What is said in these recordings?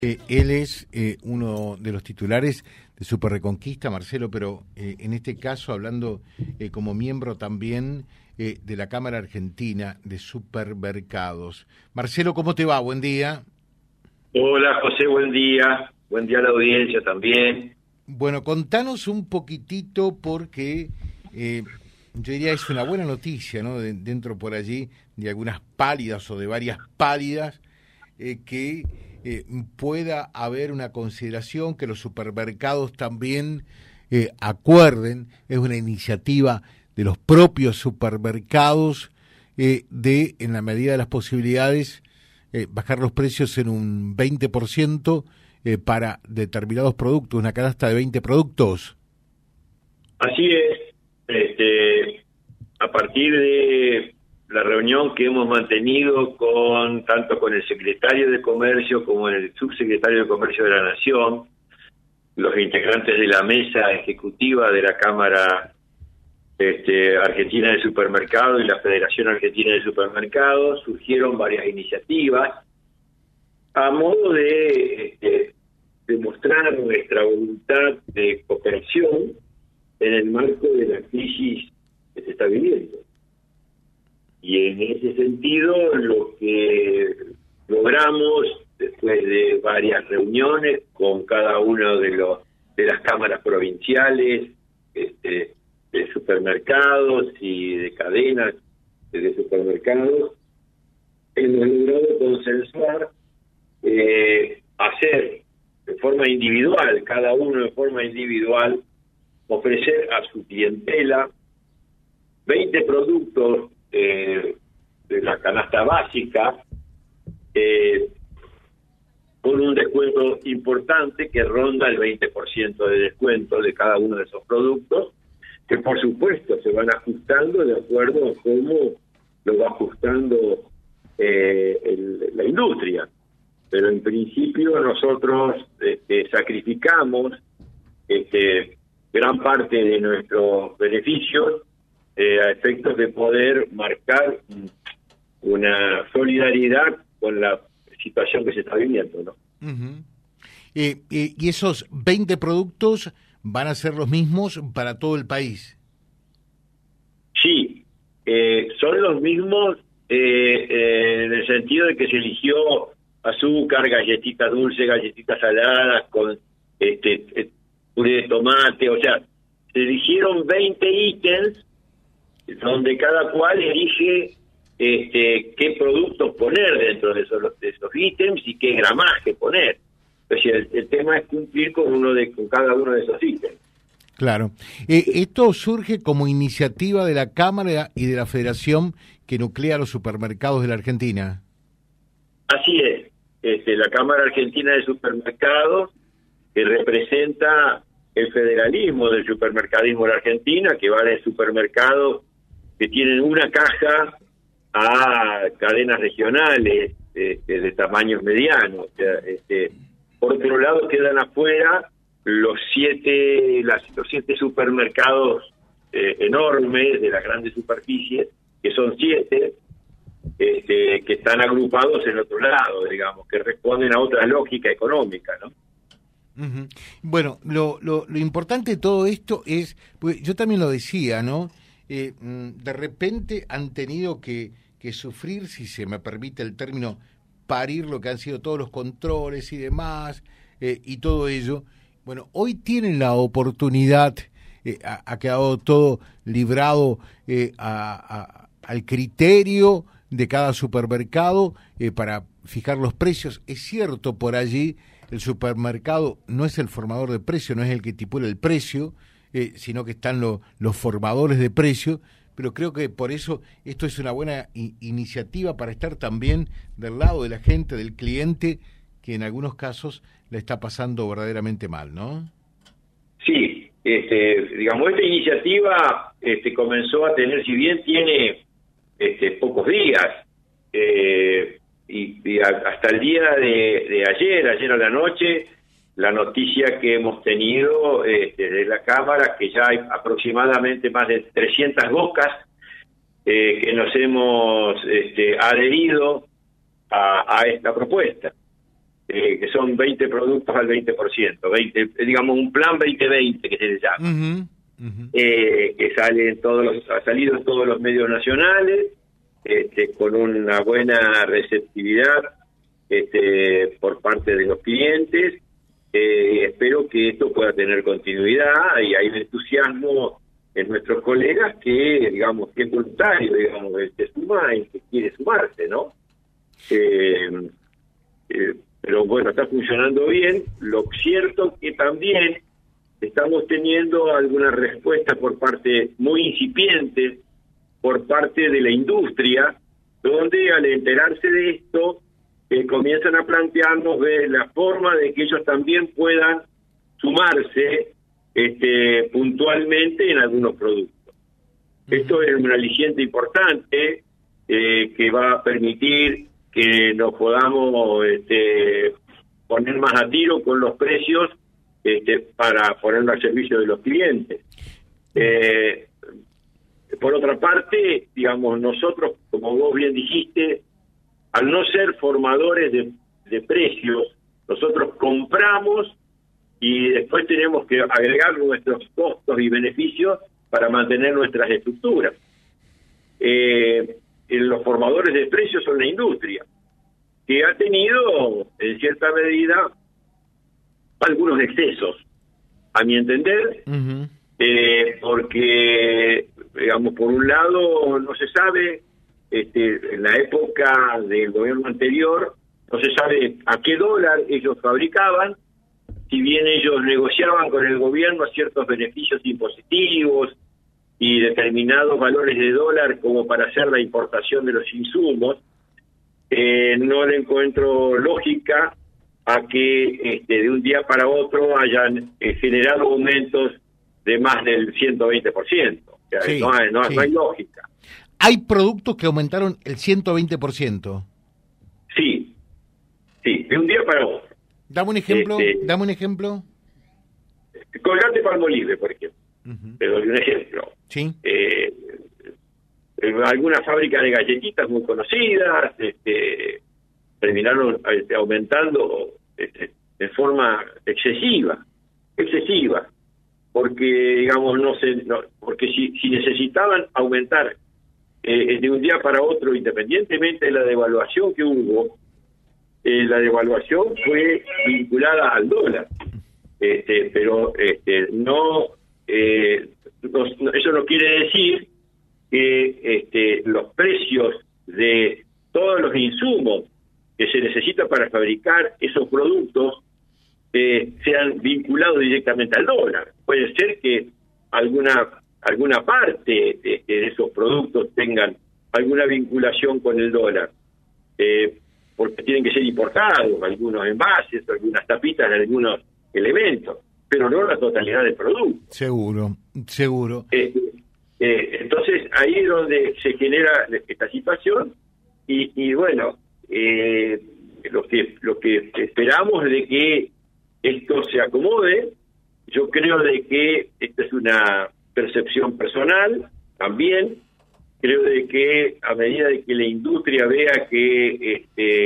Él es uno de los titulares de Super Reconquista, Marcelo, pero en este caso hablando como miembro también de la Cámara Argentina de Supermercados. Marcelo, ¿cómo te va? Buen día. Hola José, buen día. Buen día a la audiencia también. Bueno, contanos un poquitito porque yo diría es una buena noticia, ¿no? Dentro por allí de algunas pálidas o de varias pálidas que pueda haber una consideración, que los supermercados también acuerden, es una iniciativa de los propios supermercados de, en la medida de las posibilidades, bajar los precios en un 20% para determinados productos, una canasta de 20 productos. Así es. A partir de la reunión que hemos mantenido tanto con el secretario de Comercio como el subsecretario de Comercio de la Nación, los integrantes de la mesa ejecutiva de la Cámara Argentina de Supermercados y la Federación Argentina de Supermercados, surgieron varias iniciativas a modo de demostrar nuestra voluntad de cooperación en el marco de la crisis que se está viviendo. Y en ese sentido, lo que logramos, después de varias reuniones con cada uno de las cámaras provinciales, de supermercados y de cadenas de supermercados, hemos logrado consensuar hacer de forma individual, cada uno de forma individual, ofrecer a su clientela 20 productos de la canasta básica con un descuento importante que ronda el 20% de descuento de cada uno de esos productos, que por supuesto se van ajustando de acuerdo a cómo lo va ajustando la industria. Pero en principio nosotros sacrificamos gran parte de nuestros beneficios a efectos de poder marcar una solidaridad con la situación que se está viviendo, ¿no? Uh-huh. Y esos 20 productos van a ser los mismos para todo el país. Sí, son los mismos en el sentido de que se eligió azúcar, galletitas dulces, galletitas saladas, con puré de tomate, o sea, se eligieron 20 ítems donde cada cual elige qué productos poner dentro de esos ítems y qué gramaje poner. Entonces el tema es cumplir con cada uno de esos ítems. Claro. Esto surge como iniciativa de la Cámara y de la Federación que nuclea los supermercados de la Argentina. Así es. La Cámara Argentina de Supermercados, que representa el federalismo del supermercadismo de la Argentina, que va de supermercados que tienen una caja a cadenas regionales de tamaños medianos. O sea, por otro lado quedan afuera los siete supermercados enormes de las grandes superficies, que son 7, que están agrupados en otro lado, digamos, que responden a otra lógica económica, ¿no? Uh-huh. Bueno, lo importante de todo esto es, pues yo también lo decía, ¿no? De repente han tenido que sufrir, si se me permite el término, parir lo que han sido todos los controles y demás, y todo ello. Bueno, hoy tienen la oportunidad, ha quedado todo librado al criterio de cada supermercado para fijar los precios. Es cierto, por allí el supermercado no es el formador de precio, no es el que estipula el precio, sino que están los formadores de precio, pero creo que por eso esto es una buena iniciativa para estar también del lado de la gente, del cliente, que en algunos casos la está pasando verdaderamente mal, ¿no? Sí, digamos, esta iniciativa comenzó a tener, si bien tiene pocos días, y hasta el día de ayer a la noche, la noticia que hemos tenido desde la Cámara, que ya hay aproximadamente más de 300 bocas que nos hemos adherido a esta propuesta. que son 20 productos al 20%, 20, digamos un plan 2020 que se le llama, que ha salido en todos los medios nacionales, con una buena receptividad por parte de los clientes. Espero que esto pueda tener continuidad, y hay un entusiasmo en nuestros colegas que, digamos, que es voluntario, digamos, que suma y que quiere sumarse, ¿no? Pero bueno, está funcionando bien. Lo cierto que también estamos teniendo algunas respuestas por parte muy incipientes por parte de la industria, donde al enterarse de esto comienzan a plantearnos de la forma de que ellos también puedan sumarse puntualmente en algunos productos. Esto es un aliciente importante que va a permitir que nos podamos poner más a tiro con los precios para ponerlo al servicio de los clientes. Por otra parte, digamos, nosotros, como vos bien dijiste, al no ser formadores de precios, nosotros compramos y después tenemos que agregar nuestros costos y beneficios para mantener nuestras estructuras. Los formadores de precios son la industria, que ha tenido, en cierta medida, algunos excesos, a mi entender, porque, digamos, por un lado, no se sabe, en la época del gobierno anterior, no se sabe a qué dólar ellos fabricaban, si bien ellos negociaban con el gobierno ciertos beneficios impositivos y determinados valores de dólar como para hacer la importación de los insumos, no le encuentro lógica a que de un día para otro hayan generado aumentos de más del 120%. O sea, Sí, no hay lógica. Hay productos que aumentaron el 120%. Sí, de un día para otro. Dame un ejemplo. Colgate Palmolive, por ejemplo. Te doy un ejemplo. Sí. Algunas fábricas de galletitas muy conocidas terminaron aumentando de forma excesiva, porque, digamos, porque si necesitaban aumentar de un día para otro, independientemente de la devaluación que hubo, la devaluación fue vinculada al dólar, pero eso no quiere decir que los precios de todos los insumos que se necesitan para fabricar esos productos sean vinculados directamente al dólar. Puede ser que alguna parte de esos productos tengan alguna vinculación con el dólar, porque tienen que ser importados algunos envases, algunas tapitas de algunos elementos, pero no la totalidad del producto. Seguro. Entonces ahí es donde se genera esta situación y bueno, lo que esperamos de que esto se acomode. Yo creo de que esta es una percepción personal también. Creo de que a medida de que la industria vea que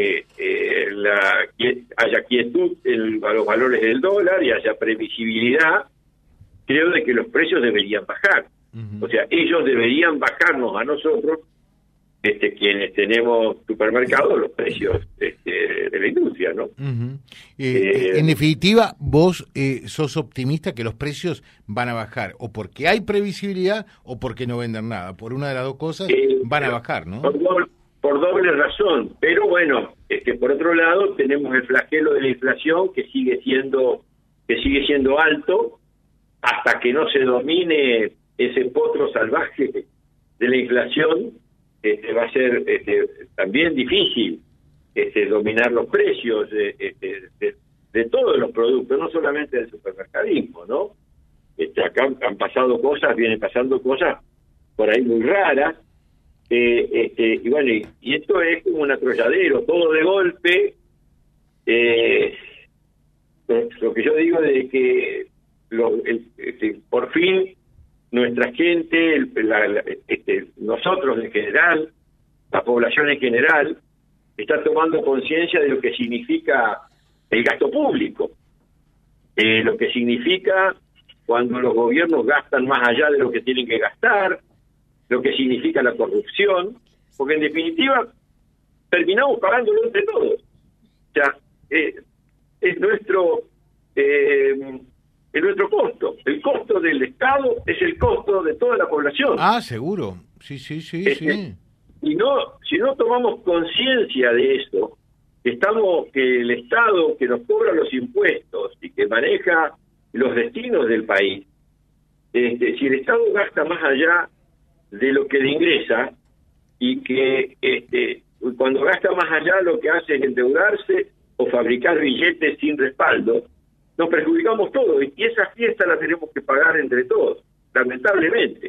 haya quietud en los valores del dólar y haya previsibilidad, creo de que los precios deberían bajar. O sea, ellos deberían bajarnos a nosotros, quienes tenemos supermercados, los precios de la industria, ¿no? En definitiva, vos sos optimista que los precios van a bajar, o porque hay previsibilidad o porque no venden nada. Por una de las dos cosas van a bajar, ¿no? Por doble razón, pero bueno, por otro lado tenemos el flagelo de la inflación que sigue siendo alto hasta que no se domine ese potro salvaje de la inflación. Va a ser también difícil dominar los precios de todos los productos, no solamente del supermercadismo, ¿no? Acá han pasado cosas, vienen pasando cosas por ahí muy raras, y bueno, y esto es como un atolladero, todo de golpe. Lo que yo digo es que por fin nuestra gente, nosotros en general, la población en general, está tomando conciencia de lo que significa el gasto público, lo que significa cuando los gobiernos gastan más allá de lo que tienen que gastar, lo que significa la corrupción, porque en definitiva terminamos pagándolo entre todos. O sea, es nuestro costo. El costo del Estado es el costo de toda la población. Ah, seguro. Sí. Y si no tomamos conciencia de eso, que el Estado que nos cobra los impuestos y que maneja los destinos del país, si el Estado gasta más allá de lo que le ingresa y que cuando gasta más allá lo que hace es endeudarse o fabricar billetes sin respaldo, nos perjudicamos todos y esa fiesta la tenemos que pagar entre todos, lamentablemente.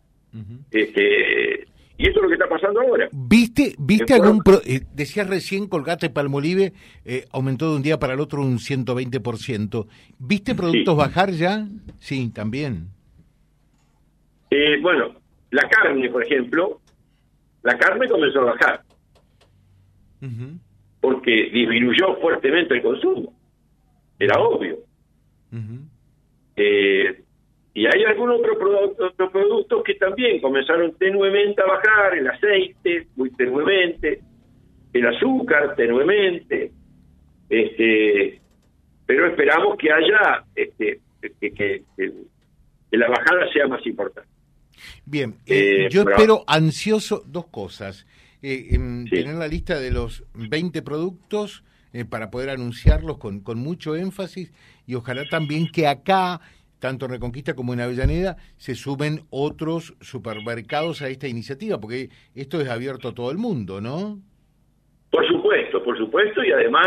Y eso es lo que está pasando ahora. ¿Viste algún decías recién Colgate Palmolive aumentó de un día para el otro un 120%. ¿Viste productos bajar ya? Sí, también. Bueno, la carne, por ejemplo, la carne comenzó a bajar. Porque disminuyó fuertemente el consumo. Era obvio. Y hay algunos otros productos que también comenzaron tenuemente a bajar, el aceite, muy tenuemente, el azúcar, tenuemente, pero esperamos que haya, que la bajada sea más importante. Bien, yo espero ansioso dos cosas. Tener la lista de los 20 productos para poder anunciarlos con mucho énfasis y ojalá también que acá, tanto en Reconquista como en Avellaneda, se sumen otros supermercados a esta iniciativa, porque esto es abierto a todo el mundo, ¿no? Por supuesto, y además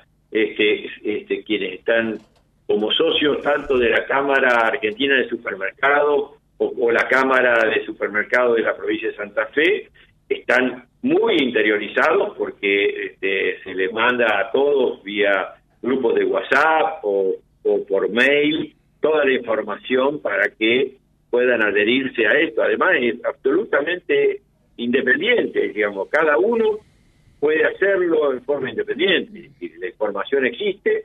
quienes están como socios tanto de la Cámara Argentina de Supermercados o la Cámara de Supermercados de la provincia de Santa Fe, están muy interiorizados porque se les manda a todos vía grupos de WhatsApp o por mail toda la información para que puedan adherirse a esto. Además es absolutamente independiente, digamos, cada uno puede hacerlo en forma independiente y la información existe.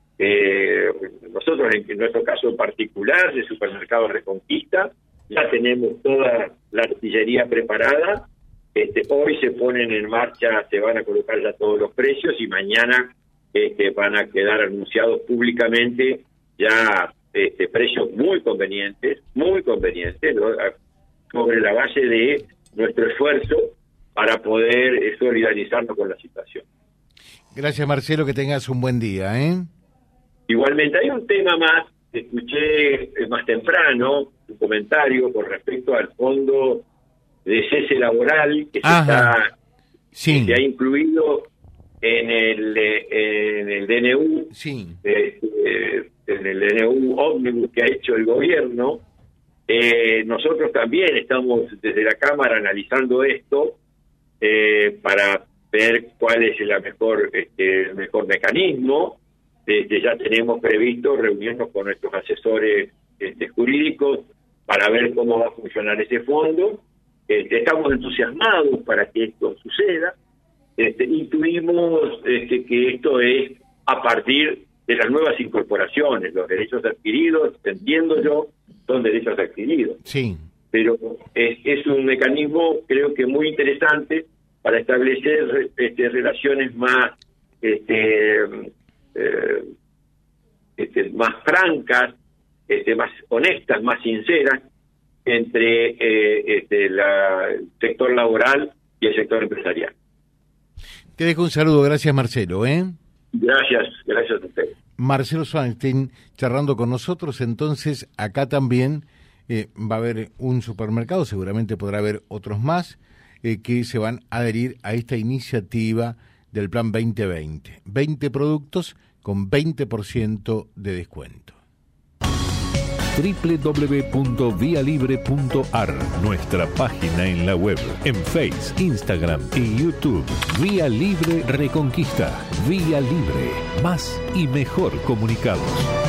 Nosotros en nuestro caso particular de Supermercado Reconquista ya tenemos toda la artillería preparada. Hoy se ponen en marcha, se van a colocar ya todos los precios y mañana van a quedar anunciados públicamente ya precios muy convenientes, ¿no? Sobre la base de nuestro esfuerzo para poder solidarizarnos con la situación. Gracias, Marcelo, que tengas un buen día. Igualmente, hay un tema más, escuché más temprano, un comentario con respecto al fondo de cese laboral que se ha incluido en el DNU, en el DNU ómnibus que ha hecho el gobierno. Nosotros también estamos desde la Cámara analizando esto para ver cuál es el mejor mecanismo. Ya tenemos previsto reunirnos con nuestros asesores jurídicos para ver cómo va a funcionar ese fondo. Estamos entusiasmados para que esto suceda. Intuimos que esto es a partir de las nuevas incorporaciones, los derechos adquiridos, entiendo yo, son derechos adquiridos. Sí. Pero es un mecanismo, creo que muy interesante para establecer relaciones más más francas, más honestas, más sinceras entre el sector laboral y el sector empresarial. Te dejo un saludo, gracias Marcelo. Gracias a usted. Marcelo Swanstein charlando con nosotros. Entonces acá también va a haber un supermercado, seguramente podrá haber otros más que se van a adherir a esta iniciativa del Plan 2020. 20 productos con 20% de descuento. www.vialibre.ar, nuestra página en la web, en Face, Instagram y YouTube. Vía Libre Reconquista. Vía Libre. Más y mejor comunicados.